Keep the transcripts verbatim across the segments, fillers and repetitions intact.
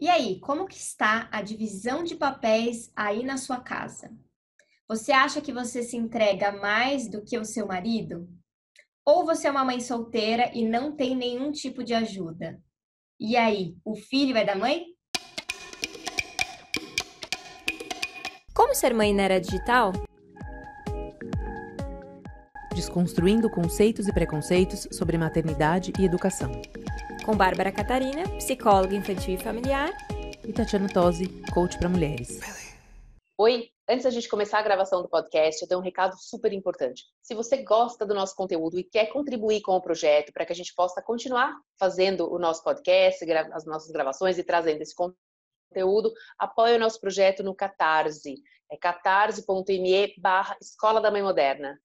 E aí, como que está a divisão de papéis aí na sua casa? Você acha que você se entrega mais do que o seu marido? Ou você é uma mãe solteira e não tem nenhum tipo de ajuda? E aí, o filho vai da mãe? Como ser mãe na era digital? Desconstruindo conceitos e preconceitos sobre maternidade e educação. Com Bárbara Catarina, psicóloga infantil e familiar. E Tatiana Tosi, coach para mulheres. Oi, antes da gente começar a gravação do podcast, eu tenho um recado super importante. Se você gosta do nosso conteúdo e quer contribuir com o projeto para que a gente possa continuar fazendo o nosso podcast, as nossas gravações e trazendo esse conteúdo, apoie o nosso projeto no Catarse. É catarse.me barra Escola da Mãe Moderna.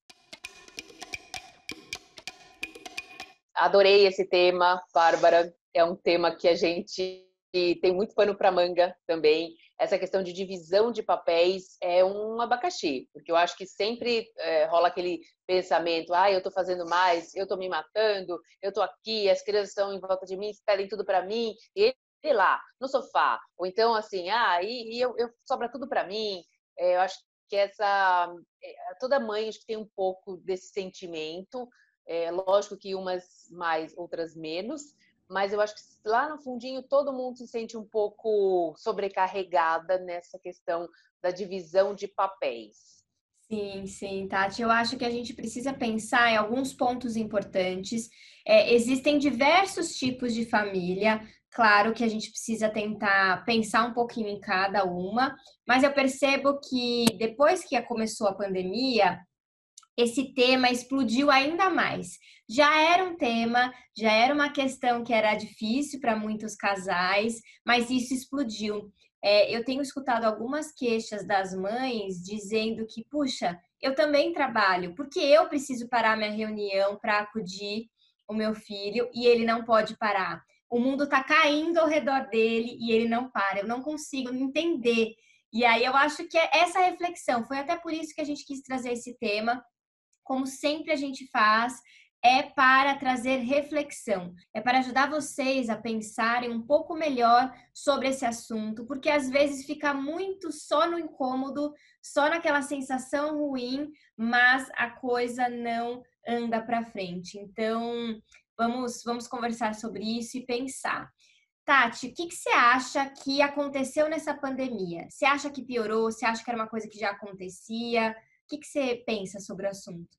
Adorei esse tema, Bárbara. É um tema que a gente tem muito pano para manga também. Essa questão de divisão de papéis é um abacaxi, porque eu acho que sempre é, rola aquele pensamento, ah, eu estou fazendo mais, eu estou me matando, eu estou aqui, as crianças estão em volta de mim, pedem tudo para mim, e ele lá, no sofá. Ou então, assim, ah, e, e eu, eu sobra tudo para mim. É, eu acho que essa... É, toda mãe acho que tem um pouco desse sentimento. É, lógico que umas mais, outras menos, mas eu acho que lá no fundinho todo mundo se sente um pouco sobrecarregada nessa questão da divisão de papéis. Sim, sim, Tati. Eu acho que a gente precisa pensar em alguns pontos importantes. É, existem diversos tipos de família. Claro que a gente precisa tentar pensar um pouquinho em cada uma, mas eu percebo que depois que começou a pandemia, esse tema explodiu ainda mais. Já era um tema, já era uma questão que era difícil para muitos casais, mas isso explodiu. É, eu tenho escutado algumas queixas das mães dizendo que, puxa, eu também trabalho, porque eu preciso parar minha reunião para acudir o meu filho e ele não pode parar. O mundo está caindo ao redor dele e ele não para. Eu não consigo entender. E aí eu acho que é essa reflexão, foi até por isso que a gente quis trazer esse tema, como sempre a gente faz, é para trazer reflexão, é para ajudar vocês a pensarem um pouco melhor sobre esse assunto, porque às vezes fica muito só no incômodo, só naquela sensação ruim, mas a coisa não anda para frente. Então, vamos, vamos conversar sobre isso e pensar. Tati, o que, que você acha que aconteceu nessa pandemia? Você acha que piorou? Você acha que era uma coisa que já acontecia? O que, que você pensa sobre o assunto?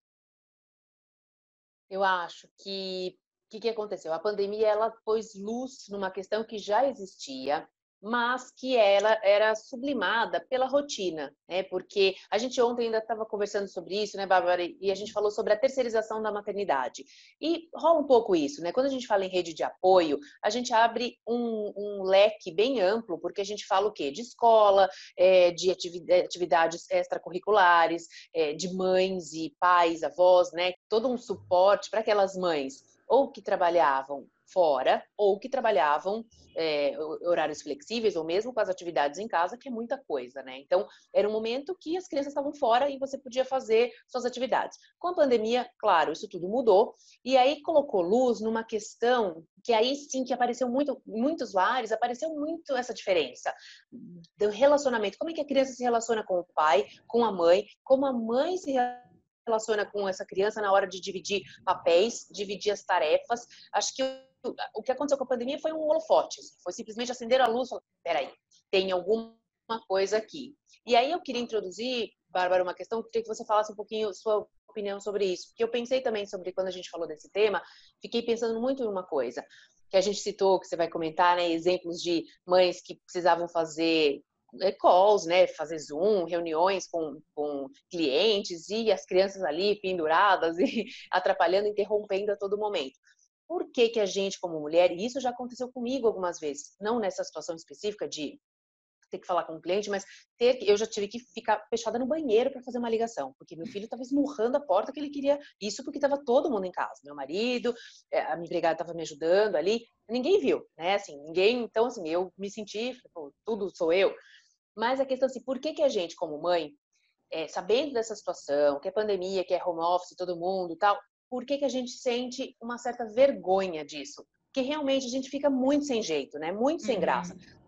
Eu acho que o que, que aconteceu? A pandemia ela pôs luz numa questão que já existia, mas que ela era sublimada pela rotina, né? Porque a gente ontem ainda estava conversando sobre isso, né, Bárbara? E a gente falou sobre a terceirização da maternidade. E rola um pouco isso, né? Quando a gente fala em rede de apoio, a gente abre um, um leque bem amplo, porque a gente fala o quê? De escola, é, de atividades extracurriculares, é, de mães e pais, avós, né? Todo um suporte para aquelas mães ou que trabalhavam fora ou que trabalhavam é, horários flexíveis ou mesmo com as atividades em casa, que é muita coisa, né? Então, era um momento que as crianças estavam fora e você podia fazer suas atividades. Com a pandemia, claro, isso tudo mudou e aí colocou luz numa questão que aí sim que apareceu muito, em muitos lares, apareceu muito essa diferença do relacionamento. Como é que a criança se relaciona com o pai, com a mãe, como a mãe se relaciona com essa criança na hora de dividir papéis, dividir as tarefas. Acho que o, o que aconteceu com a pandemia foi um holofote. Foi simplesmente acender a luz e falar, peraí, tem alguma coisa aqui. E aí eu queria introduzir, Bárbara, uma questão, queria que você falasse um pouquinho sua opinião sobre isso. Porque eu pensei também sobre, quando a gente falou desse tema, fiquei pensando muito em uma coisa que a gente citou, que você vai comentar, né, exemplos de mães que precisavam fazer calls, né, fazer Zoom, reuniões com, com clientes e as crianças ali penduradas e atrapalhando, interrompendo a todo momento. Por que que a gente, como mulher, e isso já aconteceu comigo algumas vezes, não nessa situação específica de ter que falar com o cliente, mas ter, eu já tive que ficar fechada no banheiro para fazer uma ligação, porque meu filho estava esmurrando a porta que ele queria, isso porque estava todo mundo em casa, meu marido, a minha empregada estava me ajudando ali, ninguém viu, né, assim, ninguém, então assim, eu me senti, pô, tudo sou eu. Mas a questão assim, por que que a gente, como mãe, é, sabendo dessa situação, que é pandemia, que é home office, todo mundo e tal, por que que a gente sente uma certa vergonha disso? Porque realmente a gente fica muito sem jeito, né? Muito sem graça. Uhum.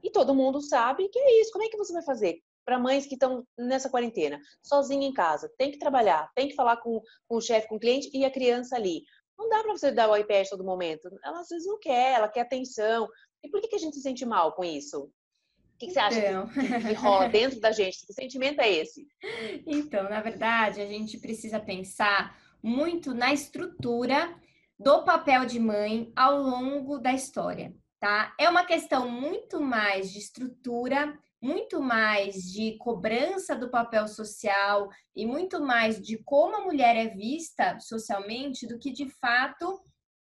E todo mundo sabe que é isso. Como é que você vai fazer? Para mães que estão nessa quarentena, sozinha em casa, tem que trabalhar, tem que falar com, com o chefe, com o cliente e a criança ali. Não dá para você dar o iPad todo momento. Ela às vezes não quer, ela quer atenção. E por que, que a gente se sente mal com isso? O que, que você acha que, Então, que, que rola dentro da gente? Que sentimento é esse? então, na verdade, a gente precisa pensar muito na estrutura do papel de mãe ao longo da história, tá? É uma questão muito mais de estrutura, muito mais de cobrança do papel social e muito mais de como a mulher é vista socialmente do que de fato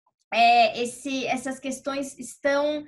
é, esse, essas questões estão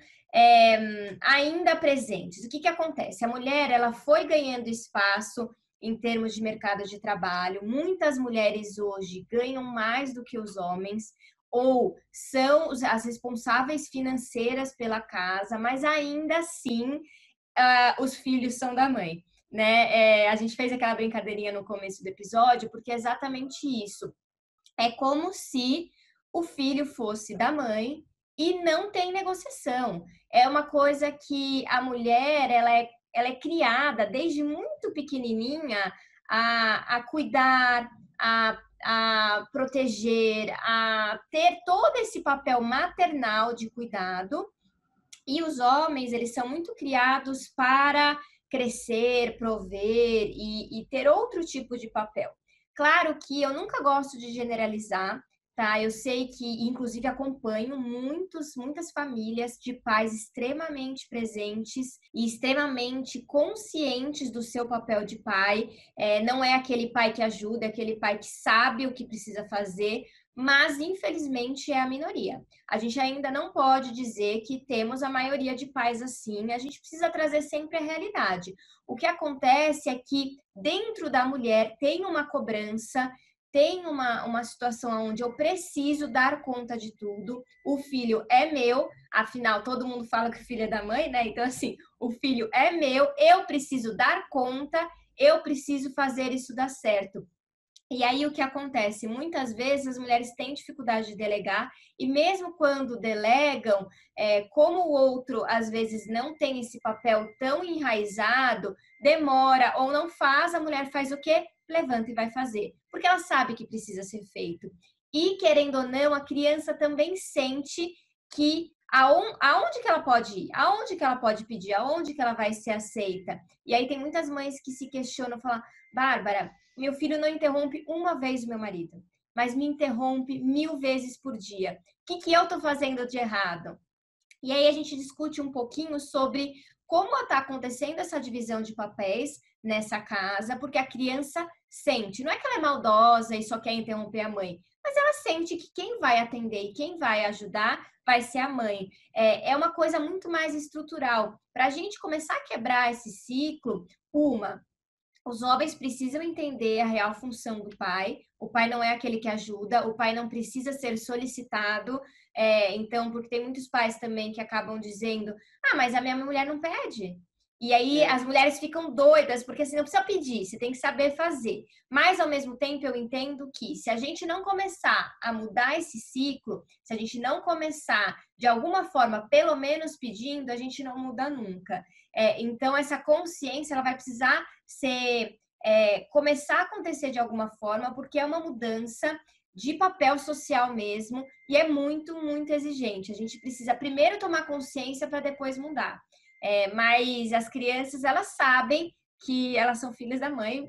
é, ainda presentes. O que, que acontece? A mulher ela foi ganhando espaço em termos de mercado de trabalho. Muitas mulheres hoje ganham mais do que os homens ou são as responsáveis financeiras pela casa, mas ainda assim uh, os filhos são da mãe. Né? É, a gente fez aquela brincadeirinha no começo do episódio, porque é exatamente isso. É como se o filho fosse da mãe e não tem negociação. É uma coisa que a mulher ela é, ela é criada desde muito pequenininha a, a cuidar, a, a proteger, a ter todo esse papel maternal de cuidado. E os homens, eles são muito criados para crescer, prover e, e ter outro tipo de papel. Claro que eu nunca gosto de generalizar, tá? Eu sei que, inclusive, acompanho muitos, muitas famílias de pais extremamente presentes e extremamente conscientes do seu papel de pai. É, não é aquele pai que ajuda, é aquele pai que sabe o que precisa fazer, mas infelizmente é a minoria. A gente ainda não pode dizer que temos a maioria de pais assim, a gente precisa trazer sempre a realidade. O que acontece é que dentro da mulher tem uma cobrança, tem uma, uma situação onde eu preciso dar conta de tudo, o filho é meu, afinal todo mundo fala que o filho é da mãe, né? Então assim, o filho é meu, eu preciso dar conta, eu preciso fazer isso dar certo. E aí o que acontece? Muitas vezes as mulheres têm dificuldade de delegar e mesmo quando delegam, é, como o outro às vezes não tem esse papel tão enraizado, demora ou não faz, a mulher faz o quê? Levanta e vai fazer, porque ela sabe que precisa ser feito. E querendo ou não, a criança também sente que aonde que ela pode ir, aonde que ela pode pedir, aonde que ela vai ser aceita. E aí tem muitas mães que se questionam, falam, Bárbara, meu filho não interrompe uma vez o meu marido, mas me interrompe mil vezes por dia. O que, que eu estou fazendo de errado? E aí a gente discute um pouquinho sobre como está acontecendo essa divisão de papéis nessa casa, porque a criança sente, não é que ela é maldosa e só quer interromper a mãe, mas ela sente que quem vai atender e quem vai ajudar vai ser a mãe. É, é uma coisa muito mais estrutural. Para a gente começar a quebrar esse ciclo, uma, os homens precisam entender a real função do pai. O pai não é aquele que ajuda, o pai não precisa ser solicitado. É, então, porque tem muitos pais também que acabam dizendo: ah, mas a minha mulher não pede. E aí É. as mulheres ficam doidas, porque assim, não precisa pedir, você tem que saber fazer. Mas, ao mesmo tempo, eu entendo que se a gente não começar a mudar esse ciclo, se a gente não começar, de alguma forma, pelo menos pedindo, a gente não muda nunca. É, então, essa consciência ela vai precisar ser, é, começar a acontecer de alguma forma, porque é uma mudança de papel social mesmo e é muito, muito exigente. A gente precisa primeiro tomar consciência para depois mudar. É, mas as crianças, elas sabem que elas são filhas da mãe.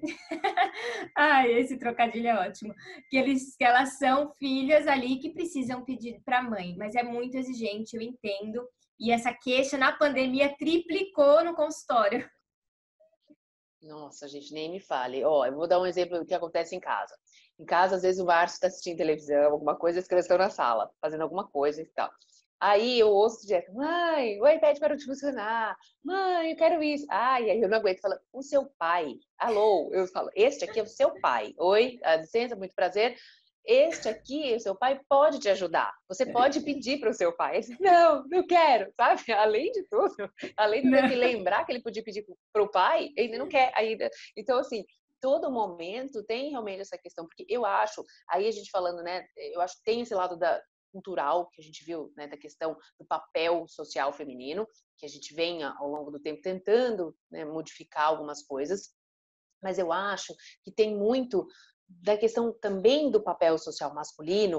Ai, esse trocadilho é ótimo. Que, eles, que elas são filhas ali que precisam pedir para a mãe. Mas é muito exigente, eu entendo. E essa queixa na pandemia triplicou no consultório. Nossa, gente, nem me fale. Ó, eu vou dar um exemplo do que acontece em casa. Em casa, às vezes, o Márcio está assistindo televisão, alguma coisa, as crianças estão na sala, fazendo alguma coisa e tal. Aí eu ouço direto, mãe, o iPad parou de funcionar. Mãe, eu quero isso. Ai, aí eu não aguento. Fala, o seu pai. Alô? Eu falo, este aqui é o seu pai. Oi, a licença, muito prazer. Este aqui, o seu pai pode te ajudar. Você pode pedir para o seu pai. Ele, não, não quero, sabe? Além de tudo, além de ter que lembrar que ele podia pedir para o pai, ele não quer ainda. Então, assim, todo momento tem realmente essa questão, porque eu acho, aí a gente falando, né, eu acho que tem esse lado da, cultural que a gente viu, né, da questão do papel social feminino, que a gente vem ao longo do tempo tentando, né, modificar algumas coisas, mas eu acho que tem muito da questão também do papel social masculino,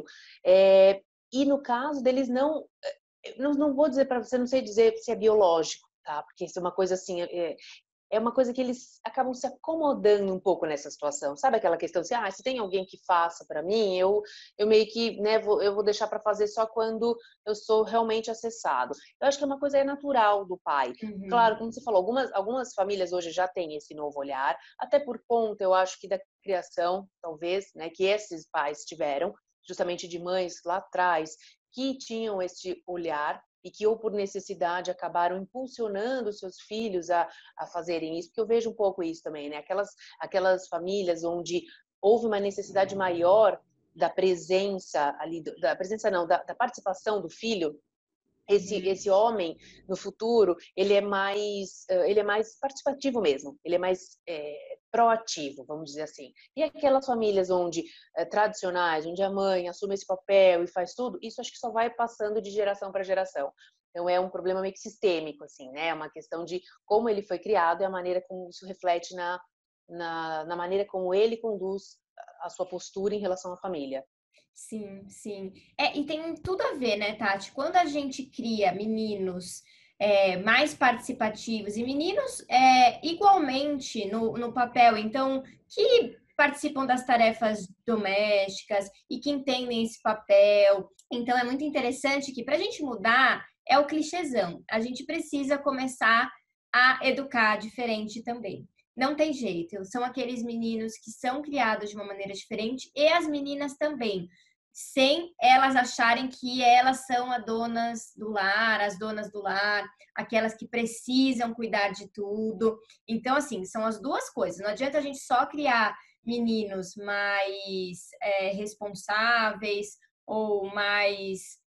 é, e no caso deles não, não, não vou dizer para você, não sei dizer se é biológico, tá? Porque isso é uma coisa assim, é, é uma coisa que eles acabam se acomodando um pouco nessa situação. Sabe aquela questão assim, ah, se tem alguém que faça para mim, eu, eu meio que, né, vou, eu vou deixar para fazer só quando eu sou realmente acessado. Eu acho que é uma coisa natural do pai. Uhum. Claro, como você falou, algumas, algumas famílias hoje já têm esse novo olhar, até por conta, eu acho que da criação, talvez, né, que esses pais tiveram, justamente de mães lá atrás, que tinham esse olhar e que ou por necessidade acabaram impulsionando os seus filhos a, a fazerem isso, porque eu vejo um pouco isso também, né? Aquelas, aquelas famílias onde houve uma necessidade maior da presença ali, da presença não, da, da participação do filho. Esse, esse homem, no futuro, ele é mais, ele é mais participativo mesmo, ele é mais é, proativo, vamos dizer assim. E aquelas famílias onde, é, tradicionais, onde a mãe assume esse papel e faz tudo, isso acho que só vai passando de geração para geração. Então é um problema meio que sistêmico, assim, né? É uma questão de como ele foi criado e a maneira como isso reflete na, na, na maneira como ele conduz a sua postura em relação à família. Sim, sim. É, e tem tudo a ver, né, Tati? Quando a gente cria meninos é, mais participativos e meninos é, igualmente no, no papel, então, que participam das tarefas domésticas e que entendem esse papel. Então, é muito interessante que, para a gente mudar, é o clichêzão. A gente precisa começar a educar diferente também. Não tem jeito, são aqueles meninos que são criados de uma maneira diferente e as meninas também, sem elas acharem que elas são as donas do lar, as donas do lar, aquelas que precisam cuidar de tudo. Então, assim, são as duas coisas. Não adianta a gente só criar meninos mais é, responsáveis ou mais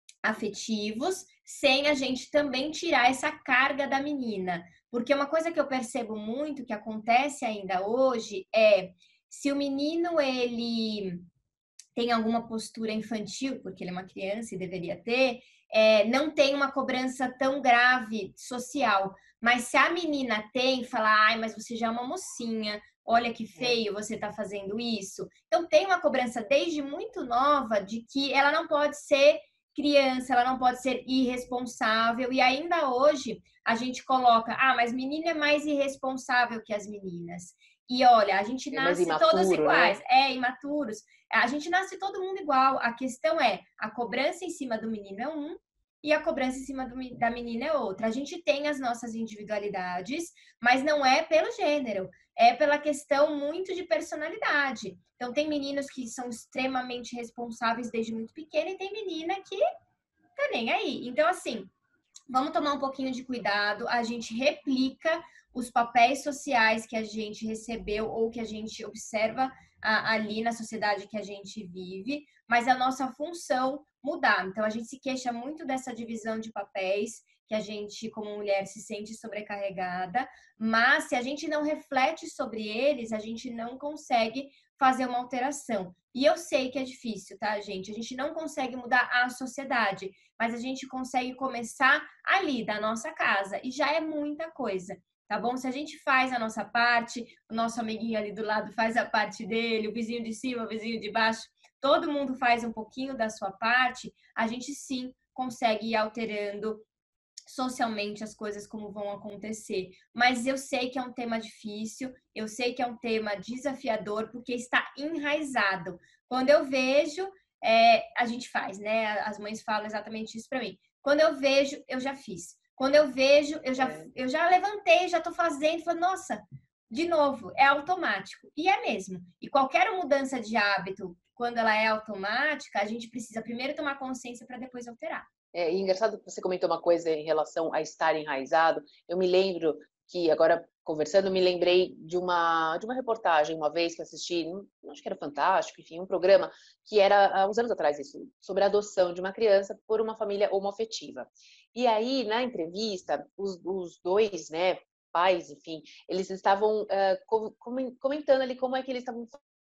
afetivos, sem a gente também tirar essa carga da menina. Porque uma coisa que eu percebo muito que acontece ainda hoje é se o menino ele tem alguma postura infantil, porque ele é uma criança e deveria ter, é, não tem uma cobrança tão grave social. Mas se a menina tem, fala, ai, mas você já é uma mocinha, olha que feio você tá fazendo isso. Então tem uma cobrança desde muito nova de que ela não pode ser criança, ela não pode ser irresponsável. E ainda hoje a gente coloca, ah, mas menina é mais irresponsável que as meninas. E olha, a gente É mais nasce todas imaturo, iguais, né? é, imaturos. A gente nasce todo mundo igual. A questão é, a cobrança em cima do menino é um e a cobrança em cima do, da menina é outra. A gente tem as nossas individualidades, mas não é pelo gênero, é pela questão muito de personalidade. Então, tem meninos que são extremamente responsáveis desde muito pequena e tem menina que tá nem aí. Então, assim, vamos tomar um pouquinho de cuidado, a gente replica os papéis sociais que a gente recebeu ou que a gente observa a, ali na sociedade que a gente vive, mas é a nossa função mudar. Então, a gente se queixa muito dessa divisão de papéis, que a gente, como mulher, se sente sobrecarregada, mas se a gente não reflete sobre eles, a gente não consegue fazer uma alteração. E eu sei que é difícil, tá, gente? A gente não consegue mudar a sociedade, mas a gente consegue começar ali, da nossa casa, e já é muita coisa, tá bom? Se a gente faz a nossa parte, o nosso amiguinho ali do lado faz a parte dele, o vizinho de cima, o vizinho de baixo, todo mundo faz um pouquinho da sua parte, a gente sim consegue ir alterando socialmente as coisas como vão acontecer. Mas eu sei que é um tema difícil, eu sei que é um tema desafiador, porque está enraizado. Quando eu vejo, é, a gente faz, né? As mães falam exatamente isso para mim. Quando eu vejo, eu já fiz. Quando eu vejo, eu já, É. eu já levantei, já estou fazendo, falo, nossa, de novo, é automático. E é mesmo. E qualquer mudança de hábito, quando ela é automática, a gente precisa primeiro tomar consciência para depois alterar. É, e engraçado que você comentou uma coisa em relação a estar enraizado. Eu me lembro que, agora conversando, me lembrei de uma, de uma reportagem uma vez que assisti, acho que era Fantástico, enfim, um programa que era, há uns anos atrás, isso, sobre a adoção de uma criança por uma família homoafetiva. E aí, na entrevista, os, os dois, né, pais, enfim, eles estavam uh, comentando ali como é que eles estavam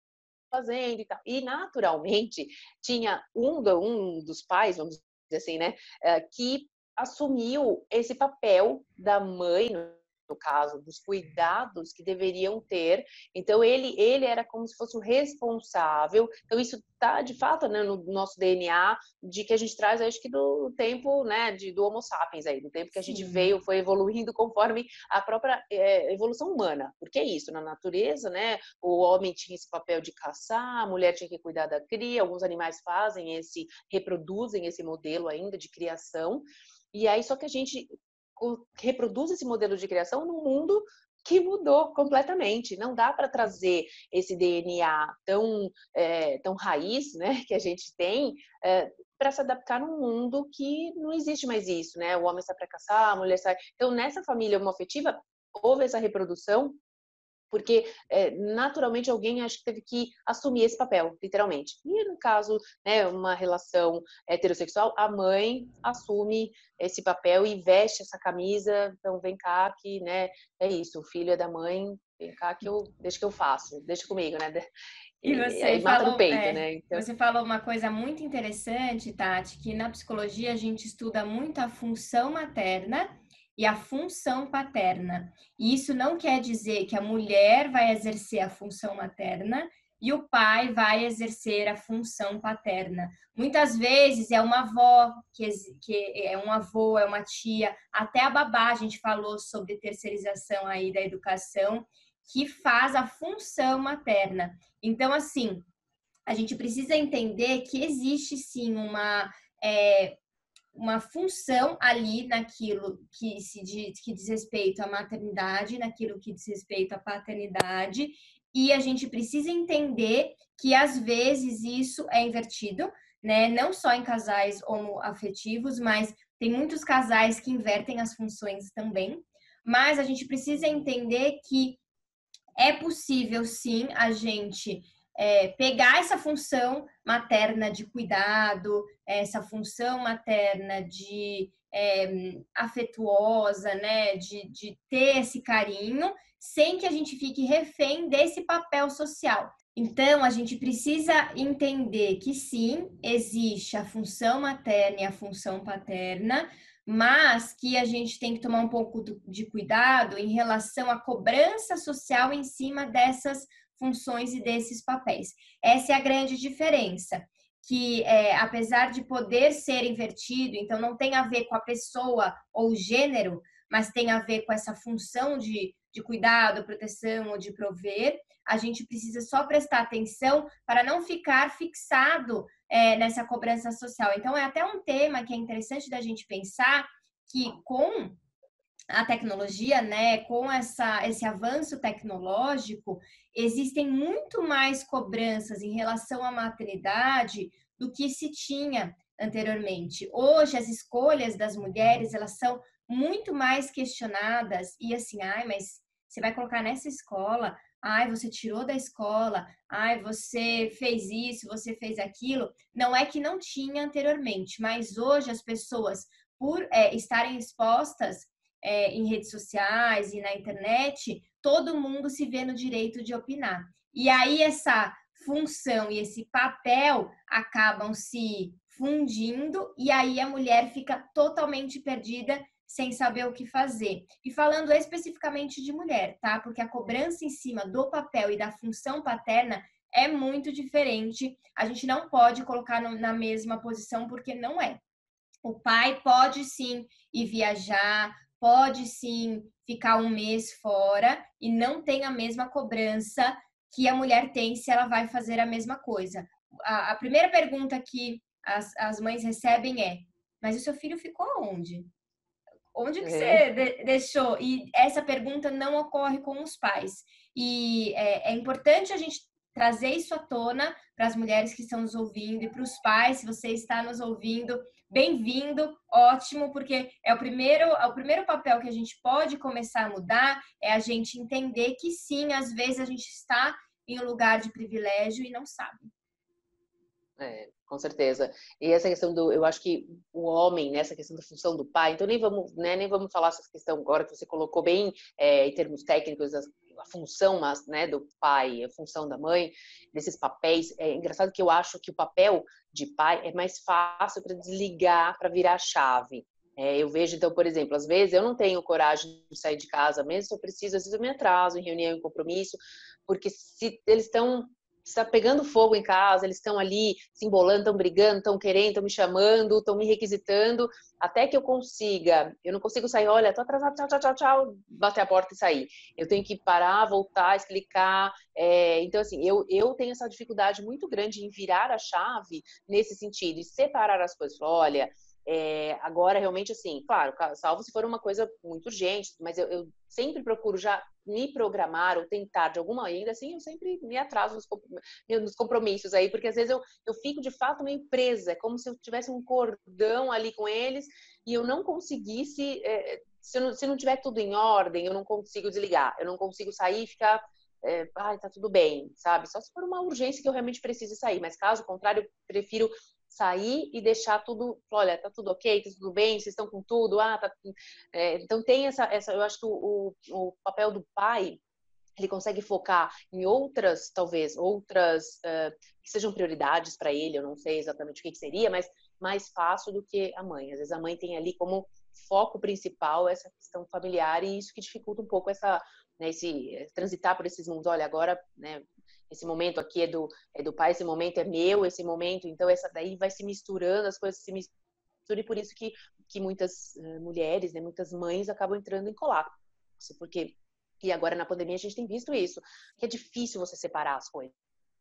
fazendo e tal. E, naturalmente, tinha um, do, um dos pais, vamos dizer assim, né, que assumiu esse papel da mãe, no caso, dos cuidados que deveriam ter. Então, ele, ele era como se fosse o responsável. Então, isso está, de fato, né, no nosso D N A, de que a gente traz, acho que do tempo, né, de, do Homo sapiens, aí, do tempo que a gente Sim. veio, foi evoluindo conforme a própria é, evolução humana. Porque é isso, na natureza, né, o homem tinha esse papel de caçar, a mulher tinha que cuidar da cria, alguns animais fazem esse, reproduzem esse modelo ainda de criação. E aí, só que a gente reproduz esse modelo de criação num mundo que mudou completamente. Não dá para trazer esse D N A tão, é, tão raiz, né, que a gente tem, é, para se adaptar num mundo que não existe mais isso, né? O homem sai para caçar, a mulher sai. Então, nessa família homoafetiva, houve essa reprodução, porque é, naturalmente alguém acho que teve que assumir esse papel, literalmente. E no caso, né, uma relação heterossexual, a mãe assume esse papel e veste essa camisa. Então vem cá que, né, é isso, o filho é da mãe, vem cá que eu, deixa que eu faço, deixa comigo, né? E E, e você aí mata no falou, peito, é, né? Então... você falou uma coisa muito interessante, Tati, que na psicologia a gente estuda muito a função materna e a função paterna. E isso não quer dizer que a mulher vai exercer a função materna e o pai vai exercer a função paterna. Muitas vezes é uma avó, que, que é um avô, é uma tia, até a babá, a gente falou sobre terceirização aí da educação, que faz a função materna. Então, assim, a gente precisa entender que existe sim uma, é, uma função ali naquilo que, se diz, que diz respeito à maternidade, naquilo que diz respeito à paternidade, e a gente precisa entender que às vezes isso é invertido, né? Não só em casais homoafetivos, mas tem muitos casais que invertem as funções também. Mas a gente precisa entender que é possível, sim, a gente é, pegar essa função materna de cuidado, essa função materna de é, afetuosa, né, de, de ter esse carinho, sem que a gente fique refém desse papel social. Então, a gente precisa entender que sim, existe a função materna e a função paterna, mas que a gente tem que tomar um pouco de cuidado em relação à cobrança social em cima dessas funções e desses papéis. Essa é a grande diferença, que é, apesar de poder ser invertido, então não tem a ver com a pessoa ou o gênero, mas tem a ver com essa função de, de cuidado, proteção ou de prover, a gente precisa só prestar atenção para não ficar fixado é, nessa cobrança social. Então, é até um tema que é interessante da gente pensar que com a tecnologia, né, com essa, esse avanço tecnológico, existem muito mais cobranças em relação à maternidade do que se tinha anteriormente. Hoje, as escolhas das mulheres, elas são muito mais questionadas e assim, ai, mas você vai colocar nessa escola? Ai, você tirou da escola, ai, você fez isso, você fez aquilo. Não é que não tinha anteriormente, mas hoje as pessoas, por é, estarem expostas é, em redes sociais e na internet, todo mundo se vê no direito de opinar. E aí essa função e esse papel acabam se fundindo e aí a mulher fica totalmente perdida sem saber o que fazer. E falando especificamente de mulher, tá? Porque a cobrança em cima do papel e da função paterna é muito diferente. A gente não pode colocar no, na mesma posição porque não é. O pai pode sim ir viajar, pode sim ficar um mês fora e não tem a mesma cobrança que a mulher tem se ela vai fazer a mesma coisa. A, a primeira pergunta que as, as mães recebem é: mas o seu filho ficou onde? Onde que É. você de- deixou? E essa pergunta não ocorre com os pais. E é, é importante a gente trazer isso à tona para as mulheres que estão nos ouvindo e para os pais, se você está nos ouvindo, bem-vindo, ótimo, porque é o primeiro, é o primeiro papel que a gente pode começar a mudar, é a gente entender que sim, às vezes a gente está em um lugar de privilégio e não sabe. É, com certeza. E essa questão do, eu acho que o homem, nessa questão da função do pai, então nem vamos, né, nem vamos falar essa questão agora que você colocou bem é, em termos técnicos, a, a função, mas, né, do pai, a função da mãe, desses papéis. É engraçado que eu acho que o papel de pai é mais fácil para desligar, para virar chave. É, eu vejo, então, por exemplo, às vezes eu não tenho coragem de sair de casa, mesmo se eu preciso, às vezes eu me atraso em reunião, em compromisso, porque se eles estão está pegando fogo em casa, eles estão ali se embolando, estão brigando, estão querendo, estão me chamando, estão me requisitando, até que eu consiga, eu não consigo sair, olha, tô atrasada, tchau, tchau, tchau, tchau, bater a porta e sair. Eu tenho que parar, voltar, explicar. É, então, assim, eu, eu tenho essa dificuldade muito grande em virar a chave nesse sentido, e separar as coisas. Olha, é, agora realmente assim, claro, salvo se for uma coisa muito urgente, mas eu, eu sempre procuro já me programar ou tentar de alguma, ainda assim eu sempre me atraso nos, nos compromissos aí, porque às vezes eu, eu fico de fato meio presa, é como se eu tivesse um cordão ali com eles e eu não conseguisse, é, se, eu não, se não tiver tudo em ordem, eu não consigo desligar, eu não consigo sair e ficar, é, ai, tá tudo bem, sabe? Só se for uma urgência que eu realmente precise sair, mas caso contrário, eu prefiro sair e deixar tudo, olha, tá tudo ok, tá tudo bem, vocês estão com tudo, ah, tá... É, então tem essa, essa, eu acho que o, o papel do pai, ele consegue focar em outras, talvez, outras uh, que sejam prioridades para ele, eu não sei exatamente o que, que seria, mas mais fácil do que a mãe. Às vezes a mãe tem ali como foco principal essa questão familiar e isso que dificulta um pouco essa, né, esse, transitar por esses mundos. Olha, agora, né, esse momento aqui é do, é do pai, esse momento é meu, esse momento, então essa daí vai se misturando, as coisas se misturam e por isso que, que muitas uh, mulheres, né, muitas mães acabam entrando em colapso, porque, e agora na pandemia a gente tem visto isso, que é difícil você separar as coisas.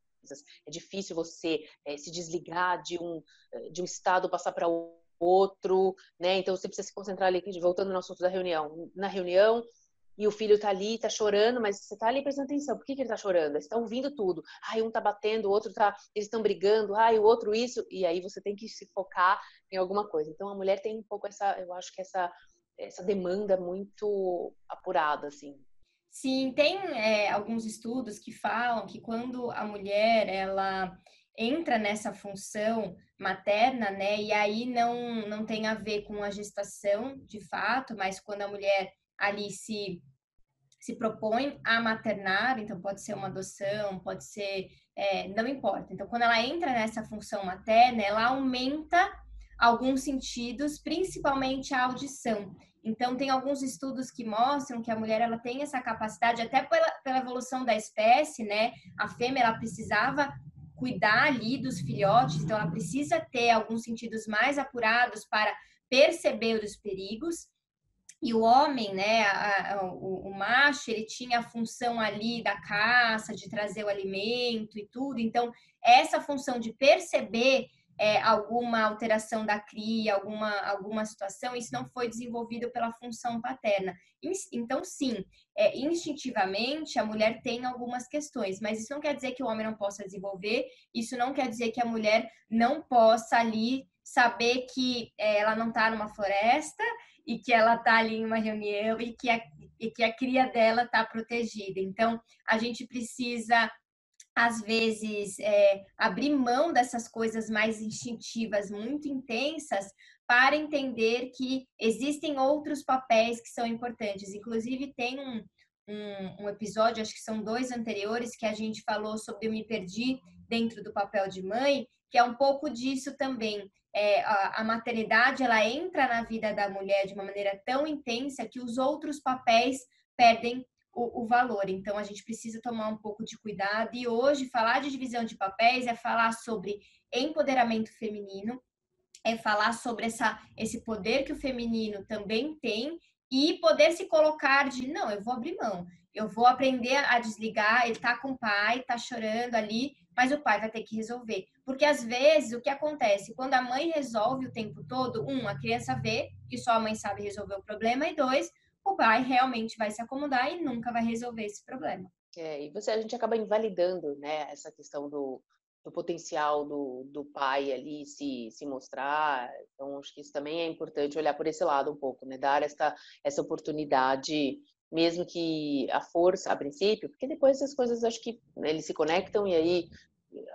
É difícil você é, se desligar de um, de um estado, passar para outro, né? Então você precisa se concentrar ali, voltando no assunto da reunião. Na reunião, e o filho tá ali, tá chorando, mas você tá ali prestando atenção. Por que, que ele tá chorando? Você tá ouvindo tudo. Ai, um tá batendo, o outro tá... Eles estão brigando. Ai, o outro isso. E aí você tem que se focar em alguma coisa. Então a mulher tem um pouco essa... Eu acho que essa, essa demanda muito apurada, assim. Sim, tem é, alguns estudos que falam que quando a mulher, ela entra nessa função materna, né, e aí não, não tem a ver com a gestação, de fato, mas quando a mulher ali se se propõe a maternar, então pode ser uma adoção, pode ser, é, não importa. Então, quando ela entra nessa função materna, ela aumenta alguns sentidos, principalmente a audição. Então, tem alguns estudos que mostram que a mulher ela tem essa capacidade, até pela, pela evolução da espécie, né? A fêmea ela precisava cuidar ali dos filhotes, então ela precisa ter alguns sentidos mais apurados para perceber os perigos. E o homem, né, a, a, o, o macho, ele tinha a função ali da caça, de trazer o alimento e tudo. Então, essa função de perceber é, alguma alteração da cria, alguma, alguma situação, isso não foi desenvolvido pela função paterna. Então, sim, é, instintivamente, a mulher tem algumas questões, mas isso não quer dizer que o homem não possa desenvolver, isso não quer dizer que a mulher não possa ali saber que é, ela não está numa floresta e que ela está ali em uma reunião e que a, e que a cria dela está protegida. Então, a gente precisa, às vezes, é, abrir mão dessas coisas mais instintivas, muito intensas, para entender que existem outros papéis que são importantes. Inclusive, tem um, um, um episódio, acho que são dois anteriores, que a gente falou sobre Eu Me Perdi dentro do papel de mãe, que é um pouco disso também. É, a, a maternidade, ela entra na vida da mulher de uma maneira tão intensa que os outros papéis perdem o, o valor. Então, a gente precisa tomar um pouco de cuidado. E hoje, falar de divisão de papéis é falar sobre empoderamento feminino, é falar sobre essa, esse poder que o feminino também tem e poder se colocar de, não, eu vou abrir mão, eu vou aprender a desligar, ele tá com o pai, tá chorando ali, mas o pai vai ter que resolver. Porque às vezes o que acontece? Quando a mãe resolve o tempo todo, um, a criança vê que só a mãe sabe resolver o problema, e dois, o pai realmente vai se acomodar e nunca vai resolver esse problema. É, e você, a gente acaba invalidando, né, essa questão do, do potencial do, do pai ali se, se mostrar. Então, acho que isso também é importante olhar por esse lado um pouco, né, dar essa, essa oportunidade, mesmo que a força, a princípio, porque depois as coisas, acho que, né, eles se conectam e aí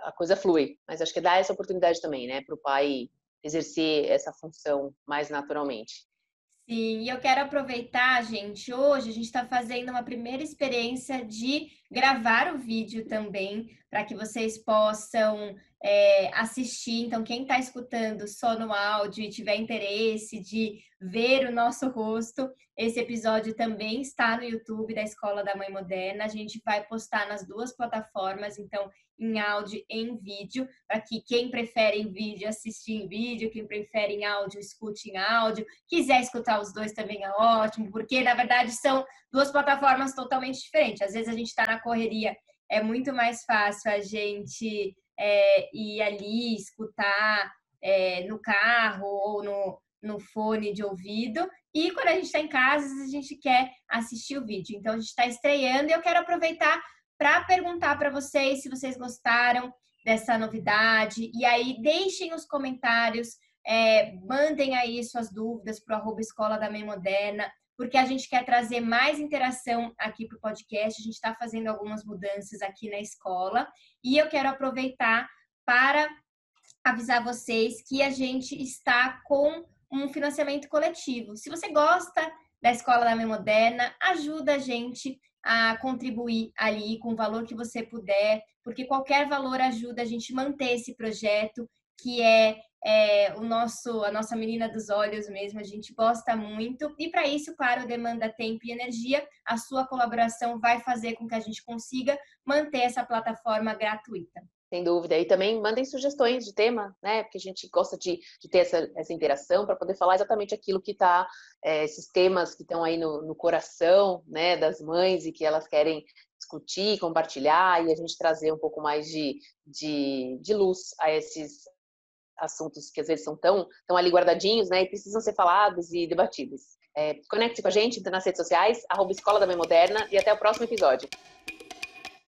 a coisa flui. Mas acho que dá essa oportunidade também, né, para o pai exercer essa função mais naturalmente. Sim, e eu quero aproveitar, gente, hoje a gente está fazendo uma primeira experiência de gravar o vídeo também, para que vocês possam é, assistir. Então, quem está escutando só no áudio e tiver interesse de ver o nosso rosto, esse episódio também está no YouTube da Escola da Mãe Moderna. A gente vai postar nas duas plataformas, então, em áudio e em vídeo, para que quem prefere em vídeo assistir em vídeo, quem prefere em áudio escute em áudio, quiser escutar os dois também é ótimo, porque na verdade são duas plataformas totalmente diferentes. Às vezes a gente está na correria, é muito mais fácil a gente é, ir ali escutar é, no carro ou no, no fone de ouvido, e quando a gente está em casa, a gente quer assistir o vídeo. Então a gente está estreando e eu quero aproveitar para perguntar para vocês se vocês gostaram dessa novidade. E aí, deixem os comentários, é, mandem aí suas dúvidas para o arroba Escola da Mãe Moderna, porque a gente quer trazer mais interação aqui para o podcast. A gente está fazendo algumas mudanças aqui na escola. E eu quero aproveitar para avisar vocês que a gente está com um financiamento coletivo. Se você gosta da Escola da Mãe Moderna, ajuda a gente a contribuir ali com o valor que você puder, porque qualquer valor ajuda a gente manter esse projeto, que é, é o nosso, a nossa menina dos olhos mesmo, a gente gosta muito. E para isso, claro, demanda tempo e energia. A sua colaboração vai fazer com que a gente consiga manter essa plataforma gratuita. Sem dúvida. E também mandem sugestões de tema, né? Porque a gente gosta de, de ter essa, essa interação para poder falar exatamente aquilo que está, é, esses temas que estão aí no, no coração, né, das mães e que elas querem discutir, compartilhar, e a gente trazer um pouco mais de, de, de luz a esses assuntos que às vezes são tão, tão ali guardadinhos, né? E precisam ser falados e debatidos. É, conecte com a gente nas redes sociais, arroba Escola da Mãe Moderna, e até o próximo episódio.